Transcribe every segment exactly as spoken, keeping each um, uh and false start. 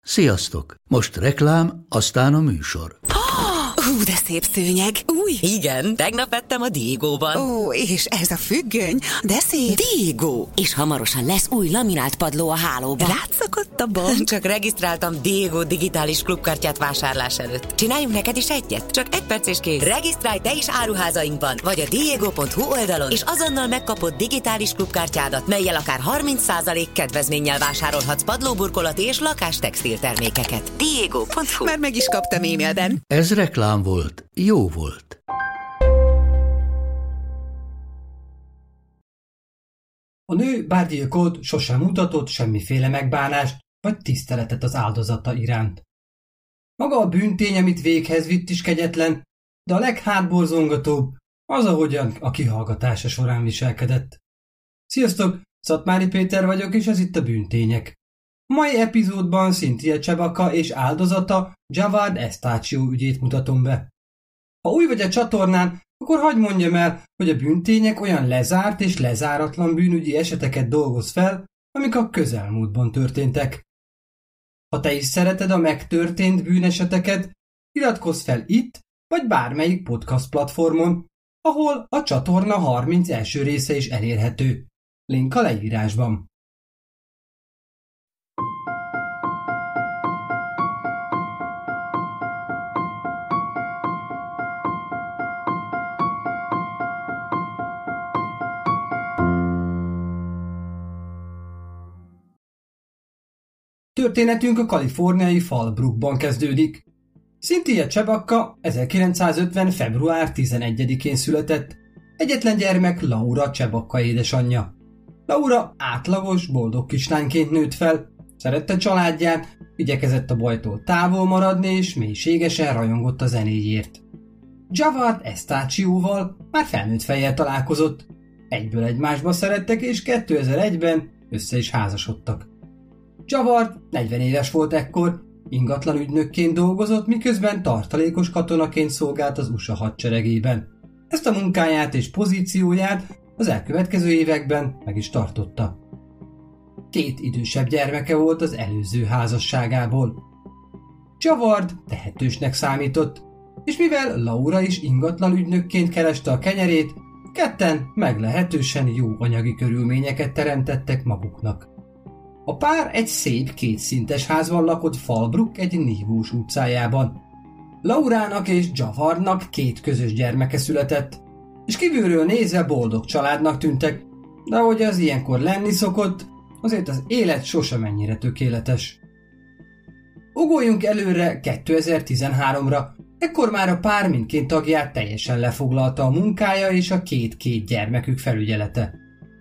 Sziasztok! Most reklám, aztán a műsor. Hú, de szép szőnyeg! Új! Igen, tegnap vettem a Diegóban. Ó, és ez a függöny, de szép! Diegó! És hamarosan lesz új laminált padló a hálóban. Rátszakadt a bank? Csak regisztráltam Diegó digitális klubkártyát vásárlás előtt. Csináljunk neked is egyet? Csak egy perc és kész. Regisztrálj te is áruházainkban, vagy a diego pont hu oldalon, és azonnal megkapod digitális klubkártyádat, mellyel akár harminc százalék kedvezménnyel vásárolhatsz padlóburkolati és lakástextil termékeket. diego pont hu. Már meg is kaptam e-mailben. Ez reklám volt, jó volt. A nő bár gyilkolt, sosem mutatott semmiféle megbánást vagy tiszteletet az áldozata iránt. Maga a bűntény, amit véghez vitt is kegyetlen, de a leghátborzongatóbb az, ahogyan a kihallgatása során viselkedett. Sziasztok, Szatmári Péter vagyok, és ez itt a Bűntények. A mai epizódban Cynthia Chewbacca és áldozata Jawad Estacio ügyét mutatom be. Ha új vagy a csatornán, akkor hagyd mondjam el, hogy a Bűntények olyan lezárt és lezáratlan bűnügyi eseteket dolgoz fel, amik a közelmúltban történtek. Ha te is szereted a megtörtént bűneseteket, iratkozz fel itt, vagy bármelyik podcast platformon, ahol a csatorna harminc első része is elérhető. Link a leírásban. Történetünk a kaliforniai Fallbrookban kezdődik. Cynthia Chewbacca ezerkilencszázötven. február tizenegyedikén született, egyetlen gyermek Laura Chewbacca édesanyja. Laura átlagos, boldog kislányként nőtt fel, szerette családját, igyekezett a bajtól távol maradni és mélységesen rajongott a zenéjért. Jawad Estacióval már felnőtt fejjel találkozott, egyből egymásba szerettek és kétezer-egyben össze is házasodtak. Jawad negyven éves volt ekkor, ingatlan ügynökként dolgozott, miközben tartalékos katonaként szolgált az u es á hadseregében. Ezt a munkáját és pozícióját az elkövetkező években meg is tartotta. Két idősebb gyermeke volt az előző házasságából. Jawad tehetősnek számított, és mivel Laura is ingatlan ügynökként kereste a kenyerét, ketten meglehetősen jó anyagi körülményeket teremtettek maguknak. A pár egy szép kétszintes házban lakott Fallbrook egy nívós utcájában. Laurának és Jawadnak két közös gyermeke született, és kívülről nézve boldog családnak tűntek, de ahogy az ilyenkor lenni szokott, azért az élet sosem ennyire tökéletes. Ugoljunk előre kétezer-tizenháromra, ekkor már a pár mindként tagját teljesen lefoglalta a munkája és a két-két gyermekük felügyelete.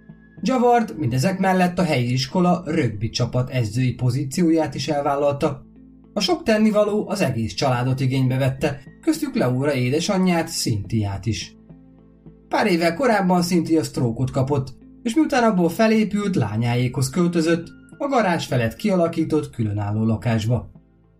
Jawad mindezek mellett a helyi iskola rögbi csapat edzői pozícióját is elvállalta. A sok tennivaló az egész családot igénybe vette, köztük Laura édesanyját, Cynthiát is. Pár évvel korábban Cynthia sztrókot kapott, és miután abból felépült, lányáékhoz költözött, a garázs felett kialakított különálló lakásba.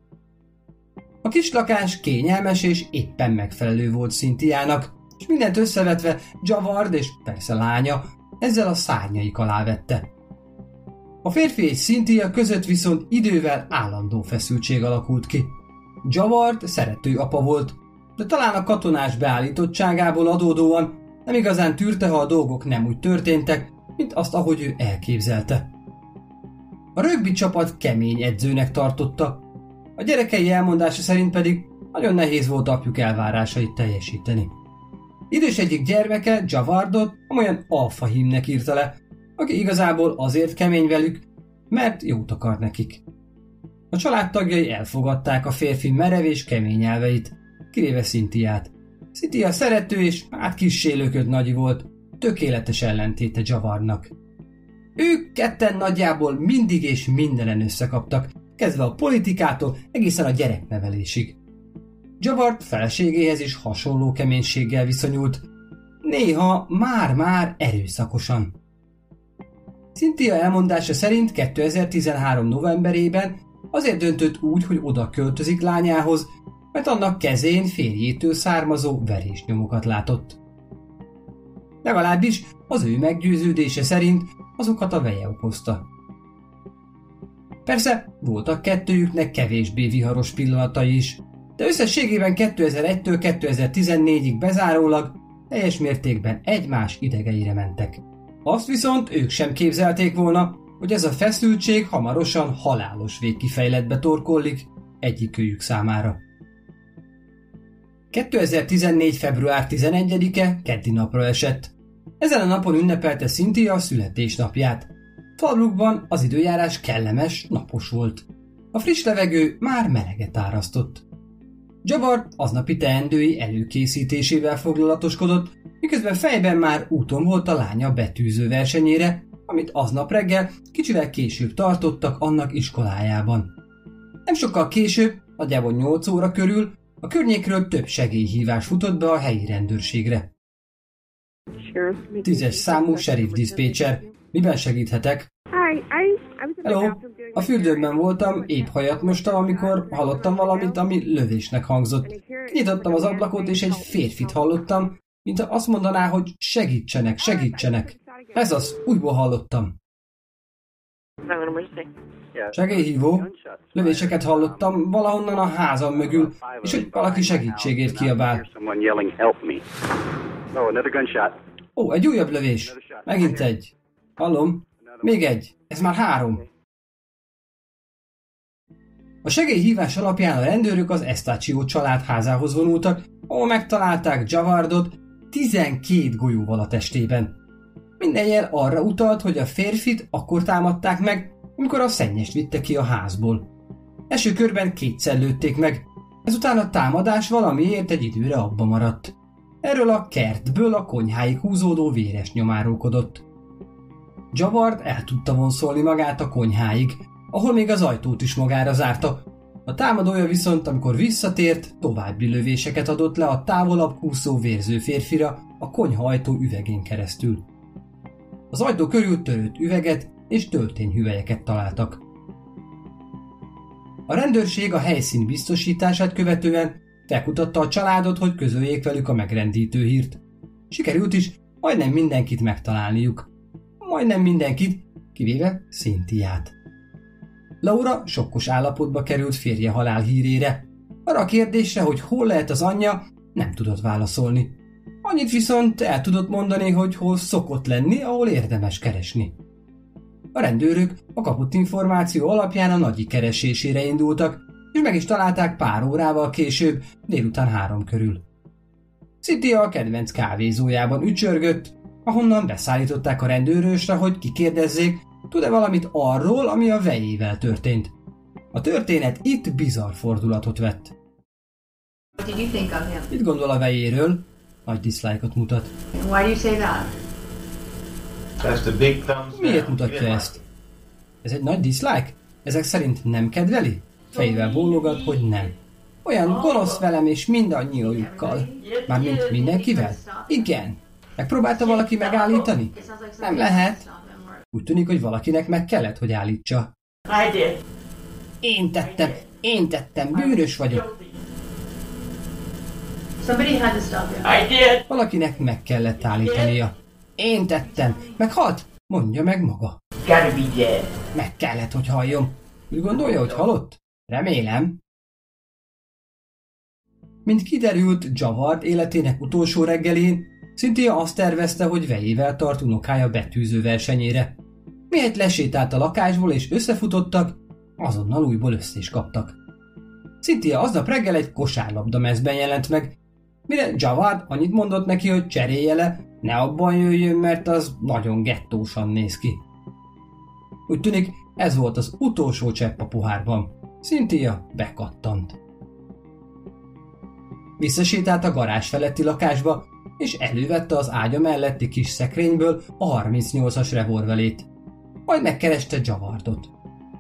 A kis lakás kényelmes és éppen megfelelő volt Cynthiának, és mindent összevetve Jawad és persze lánya ezzel a szárnyaik alá vette. A férfi és Cynthia között viszont idővel állandó feszültség alakult ki. Jawad szerető apa volt, de talán a katonás beállítottságából adódóan nem igazán tűrte, ha a dolgok nem úgy történtek, mint azt, ahogy ő elképzelte. A rögbi csapat kemény edzőnek tartotta, a gyerekei elmondása szerint pedig nagyon nehéz volt apjuk elvárásait teljesíteni. Idős egyik gyermeke, Jawadot, amolyan alfahímnek írta le, aki igazából azért kemény velük, mert jót akar nekik. A családtagjai elfogadták a férfi merev és kemény elveit, kivéve Cynthiát. Cynthia szerető és hát kissé lökött nagyi volt, tökéletes ellentéte Jawadnak. Ők ketten nagyjából mindig és mindenen összekaptak, kezdve a politikától egészen a gyereknevelésig. Jawad feleségéhez is hasonló keménységgel viszonyult, néha már-már erőszakosan. Cynthia elmondása szerint kétezer-tizenhárom. novemberében azért döntött úgy, hogy oda költözik lányához, mert annak kezén férjétől származó verésnyomokat látott. Legalábbis az ő meggyőződése szerint azokat a veje okozta. Persze voltak kettőjüknek kevésbé viharos pillanatai is, de összességében kétezer-egytől kétezer-tizennégyig bezárólag teljes mértékben egymás idegeire mentek. Azt viszont ők sem képzelték volna, hogy ez a feszültség hamarosan halálos végkifejletbe torkollik egyikőjük számára. kétezer-tizennégy. február tizenegyedike keddi napra esett. Ezen a napon ünnepelte Cynthia a születésnapját. Fallbrookban az időjárás kellemes, napos volt. A friss levegő már meleget árasztott. Javard aznapi teendői előkészítésével foglalatoskodott, miközben fejben már úton volt a lánya betűző versenyére, amit aznap reggel kicsivel később tartottak annak iskolájában. Nem sokkal később, nagyjából nyolc óra körül, a környékről több segélyhívás futott be a helyi rendőrségre. Tízes számú sheriff diszpécser. Miben segíthetek? Hello! A fürdőben voltam, épp hajat mostam, amikor hallottam valamit, ami lövésnek hangzott. Kinyitottam az ablakot, és egy férfit hallottam, mint ha azt mondaná, hogy segítsenek, segítsenek. Ez az, újból hallottam. Segélyhívó? Lövéseket hallottam valahonnan a házam mögül, és hogy valaki segítségért kiabál. Ó, egy újabb lövés. Megint egy. Hallom? Még egy. Ez már három. A segélyhívás alapján a rendőrök az Estaccio család házához vonultak, ahol megtalálták Javardot tizenkét golyóval a testében. Minden jel arra utalt, hogy a férfit akkor támadták meg, amikor a szennyest vitte ki a házból. Első körben kétszer lőtték meg, ezután a támadás valamiért egy időre abba maradt. Erről a kertből a konyháig húzódó véres nyomárólkodott. Javard el tudta vonszolni magát a konyháig, ahol még az ajtót is magára zárta. A támadója viszont, amikor visszatért, további lövéseket adott le a távolabb kúszó vérző férfira a konyha ajtó üvegén keresztül. Az ajtó körül törött üveget és töltényhüvelyeket találtak. A rendőrség a helyszín biztosítását követően felkutatta a családot, hogy közöljék velük a megrendítő hírt. Sikerült is majdnem mindenkit megtalálniuk. Majdnem mindenkit, kivéve Cynthiát. Laura sokkos állapotba került férje halálhírére. Arra a kérdésre, hogy hol lehet az anyja, nem tudott válaszolni. Annyit viszont el tudott mondani, hogy hol szokott lenni, ahol érdemes keresni. A rendőrök a kapott információ alapján a nagyi keresésére indultak, és meg is találták pár órával később, délután három körül. Cynthia a kedvenc kávézójában ücsörgött, ahonnan beszállították a rendőrösre, hogy kikérdezzék, tud-e valamit arról, ami a vejével történt. A történet itt bizarr fordulatot vett. Mit gondol a vejéről? Nagy dislike-ot mutat. Miért mutatja ezt? Ez egy nagy dislike? Ezek szerint nem kedveli? Fejével bólogat, hogy nem. Olyan gonosz velem és mindannyiójukkal. Mármint mindenkivel? Igen. Megpróbálta valaki megállítani? Nem lehet. Úgy tűnik, hogy valakinek meg kellett, hogy állítsa. Én tettem, én tettem, bűnös vagyok. Valakinek meg kellett állítania. Én tettem, meghalt? Mondja meg maga. Meg kellett, hogy halljon. Úgy gondolja, hogy halott? Remélem. Mint kiderült Javard életének utolsó reggelén, Cynthia azt tervezte, hogy vejével tart unokája betűző versenyére. Mihelyt lesétált a lakásból és összefutottak, azonnal újból össze is kaptak. Cynthia aznap reggel egy kosárlabda mezben jelent meg, mire Javard annyit mondott neki, hogy cserélje le, ne abban jöjjön, mert az nagyon gettósan néz ki. Úgy tűnik, ez volt az utolsó csepp a pohárban. Cynthia bekattant. Visszasétált a garázs feletti lakásba, és elővette az ágya melletti kis szekrényből a harmincnyolcas revolverét. Majd megkereste Javardot.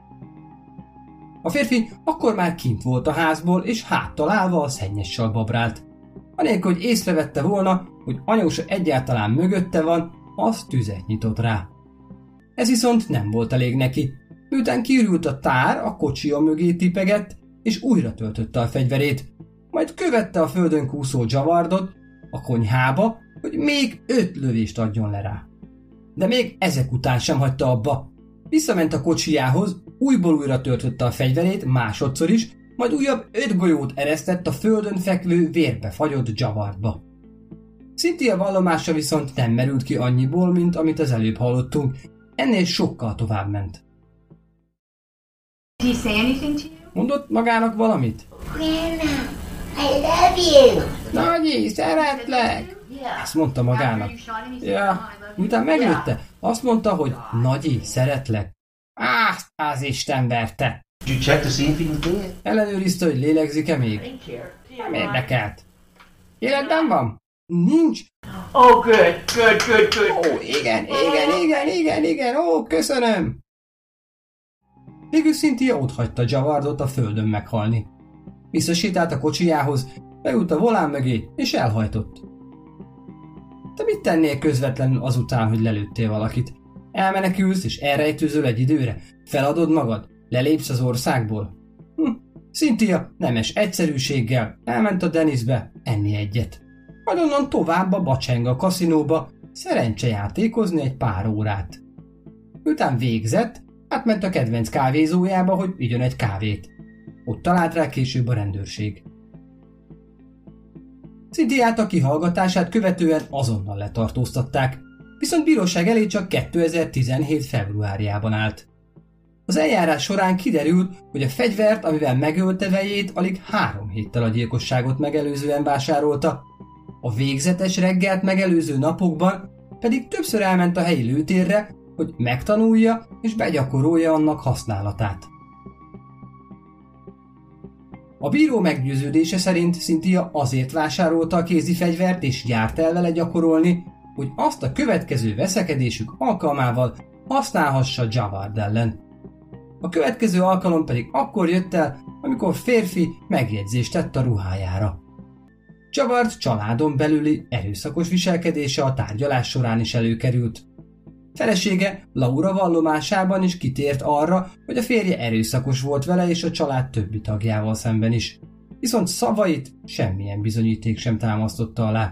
A férfi akkor már kint volt a házból, és háttal állva a szennyessal babrált. Anélkül, hogy észrevette volna, hogy anyósa egyáltalán mögötte van, az tüzet nyitott rá. Ez viszont nem volt elég neki. Miután kiürült a tár, a kocsia mögé tipegett, és újra töltötte a fegyverét. Majd követte a földön kúszó Javardot a konyhába, hogy még öt lövést adjon le rá. De még ezek után sem hagyta abba. Visszament a kocsijához, újból újra töltötte a fegyverét másodszor is, majd újabb öt golyót eresztett a földön fekvő vérbe fagyott Javardba. Cynthia vallomása viszont nem merült ki annyiból, mint amit az előbb hallottunk, ennél sokkal tovább ment. Mondott magának valamit? I love you. Nagyi, szeretlek! Ezt mondta magának. Ja, miután meglőtte, azt mondta, hogy Nagyi, szeretlek. Á, az Isten verte! Did you check to see if he was dead? Ellenőrizte, hogy lélegzik-e még. Nem érdekelt. Életben van? Nincs? Oh, good, good, good, good. Ó, igen, igen, igen, igen, igen, ó, köszönöm! Végül Cynthia otthagyta Javardot a földön meghalni. Visszasétált a kocsijához, beült a volán mögé, és elhajtott. Te mit tennél közvetlenül azután, hogy lelőttél valakit? Elmenekülsz és elrejtőzöl egy időre? Feladod magad? Lelépsz az országból? Hm. Cynthia nemes egyszerűséggel elment a Dennisbe enni egyet. Majd onnan tovább a Bacsenga kaszinóba szerencsejátékozni egy pár órát. Után végzett, átment a kedvenc kávézójába, hogy igyon egy kávét. Ott talált rá később a rendőrség. Cynthiát a kihallgatását követően azonnal letartóztatták, viszont bíróság elé csak kétezer-tizenhét februárjában állt. Az eljárás során kiderült, hogy a fegyvert, amivel megölte vejét, alig három héttel a gyilkosságot megelőzően vásárolta, a végzetes reggelt megelőző napokban pedig többször elment a helyi lőtérre, hogy megtanulja és begyakorolja annak használatát. A bíró meggyőződése szerint Cynthia azért vásárolta a kézi fegyvert és járt el vele gyakorolni, hogy azt a következő veszekedésük alkalmával használhassa Javard ellen. A következő alkalom pedig akkor jött el, amikor férfi megjegyzést tett a ruhájára. Javard családon belüli erőszakos viselkedése a tárgyalás során is előkerült. Felesége Laura vallomásában is kitért arra, hogy a férje erőszakos volt vele és a család többi tagjával szemben is. Viszont szavait semmilyen bizonyíték sem támasztotta alá.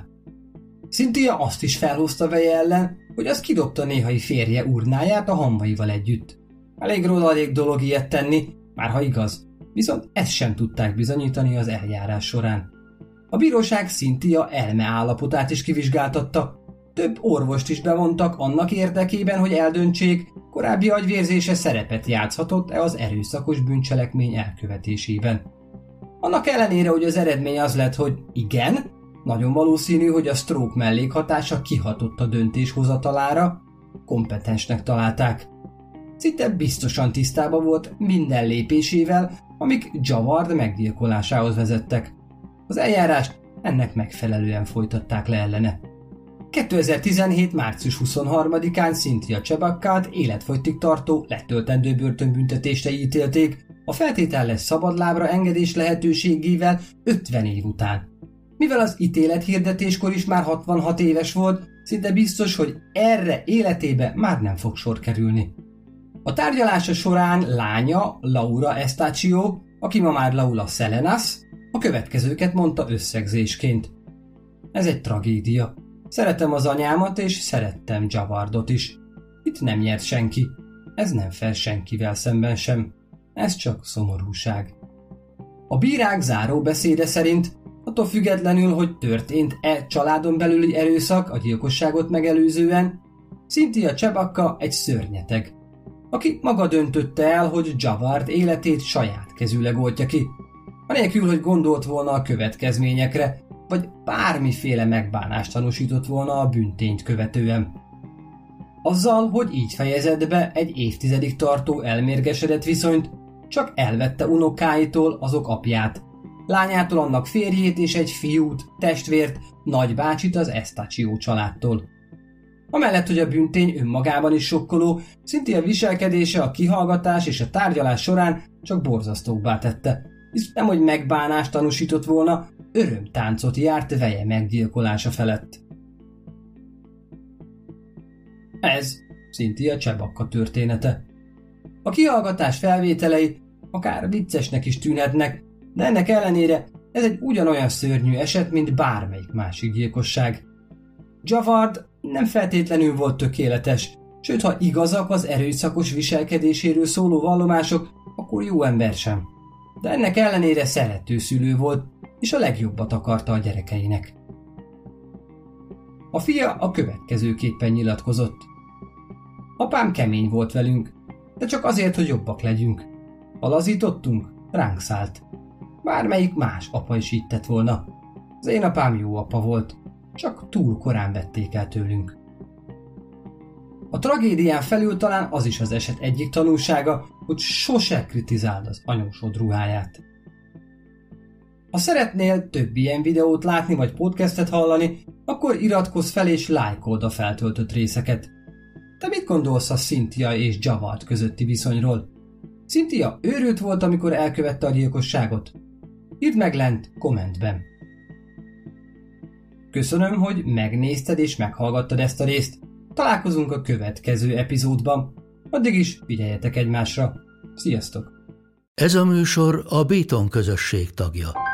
Cynthia azt is felhozta veje ellen, hogy az kidobta néhai férje urnáját a hamvaival együtt. Elég rólalék dolog ilyet tenni, már ha igaz, viszont ezt sem tudták bizonyítani az eljárás során. A bíróság Cynthia elmeállapotát is kivizsgáltatta, több orvost is bevontak annak érdekében, hogy eldöntsék, korábbi agyvérzése szerepet játszhatott-e az erőszakos bűncselekmény elkövetésében. Annak ellenére, hogy az eredmény az lett, hogy igen, nagyon valószínű, hogy a stroke mellékhatása kihatott a döntéshozatalára, kompetensnek találták. Szinte biztosan tisztában volt minden lépésével, amik Javard meggyilkolásához vezettek. Az eljárást ennek megfelelően folytatták le ellene. kétezer-tizenhét. március huszonharmadikán Cynthia Cebaccát életfogytig tartó, letöltendő börtönbüntetésre ítélték, a feltételles szabadlábra engedés lehetőségével ötven év után. Mivel az ítélet hirdetéskor is már hatvanhat éves volt, szinte biztos, hogy erre életébe már nem fog sor kerülni. A tárgyalása során lánya, Laura Estacio, aki ma már Laura Selenas, a következőket mondta összegzésként. Ez egy tragédia. Szeretem az anyámat, és szerettem Javardot is. Itt nem nyert senki. Ez nem fel senkivel szemben sem. Ez csak szomorúság. A bírák záró beszéde szerint, attól függetlenül, hogy történt-e családon belüli erőszak a gyilkosságot megelőzően, Cynthia Cebacca egy szörnyeteg, aki maga döntötte el, hogy Javard életét saját kezűleg oltja ki, anélkül, hogy gondolt volna a következményekre, vagy bármiféle megbánást tanúsított volna a bűntényt követően. Azzal, hogy így fejezett be egy évtizedig tartó elmérgesedett viszonyt, csak elvette unokáitól azok apját, lányától annak férjét és egy fiút, testvért, nagybácsit az Estacio családtól. Amellett, hogy a bűntény önmagában is sokkoló, Cynthia viselkedése a kihallgatás és a tárgyalás során csak borzasztóbbá tette, hisz nem, hogy megbánást tanúsított volna, örömtáncot járt veje meggyilkolása felett. Ez Cynthia Cebacca története. A kihallgatás felvételei akár viccesnek is tűnhetnek, de ennek ellenére ez egy ugyanolyan szörnyű eset, mint bármelyik másik gyilkosság. Javard nem feltétlenül volt tökéletes, Sőt, ha igazak az erőszakos viselkedéséről szóló vallomások, akkor jó ember sem. De ennek ellenére szerető szülő volt, és a legjobbat akarta a gyerekeinek. A fia a következőképpen nyilatkozott. Apám kemény volt velünk, de csak azért, hogy jobbak legyünk. Ha lazítottunk, ránk szállt. Bármelyik más apa is így tett volna. Az én apám jó apa volt, csak túl korán vették el tőlünk. A tragédián felül talán az is az eset egyik tanulsága, hogy sose kritizáld az anyósod ruháját. Ha szeretnél több ilyen videót látni vagy podcastet hallani, akkor iratkozz fel és lájkold a feltöltött részeket. Te mit gondolsz a Cynthia és Jawad közötti viszonyról? Cynthia őrült volt, amikor elkövette a gyilkosságot? Írd meg lent kommentben. Köszönöm, hogy megnézted és meghallgattad ezt a részt. Találkozunk a következő epizódban. Addig is figyeljetek egymásra. Sziasztok! Ez a műsor a Béton közösség tagja.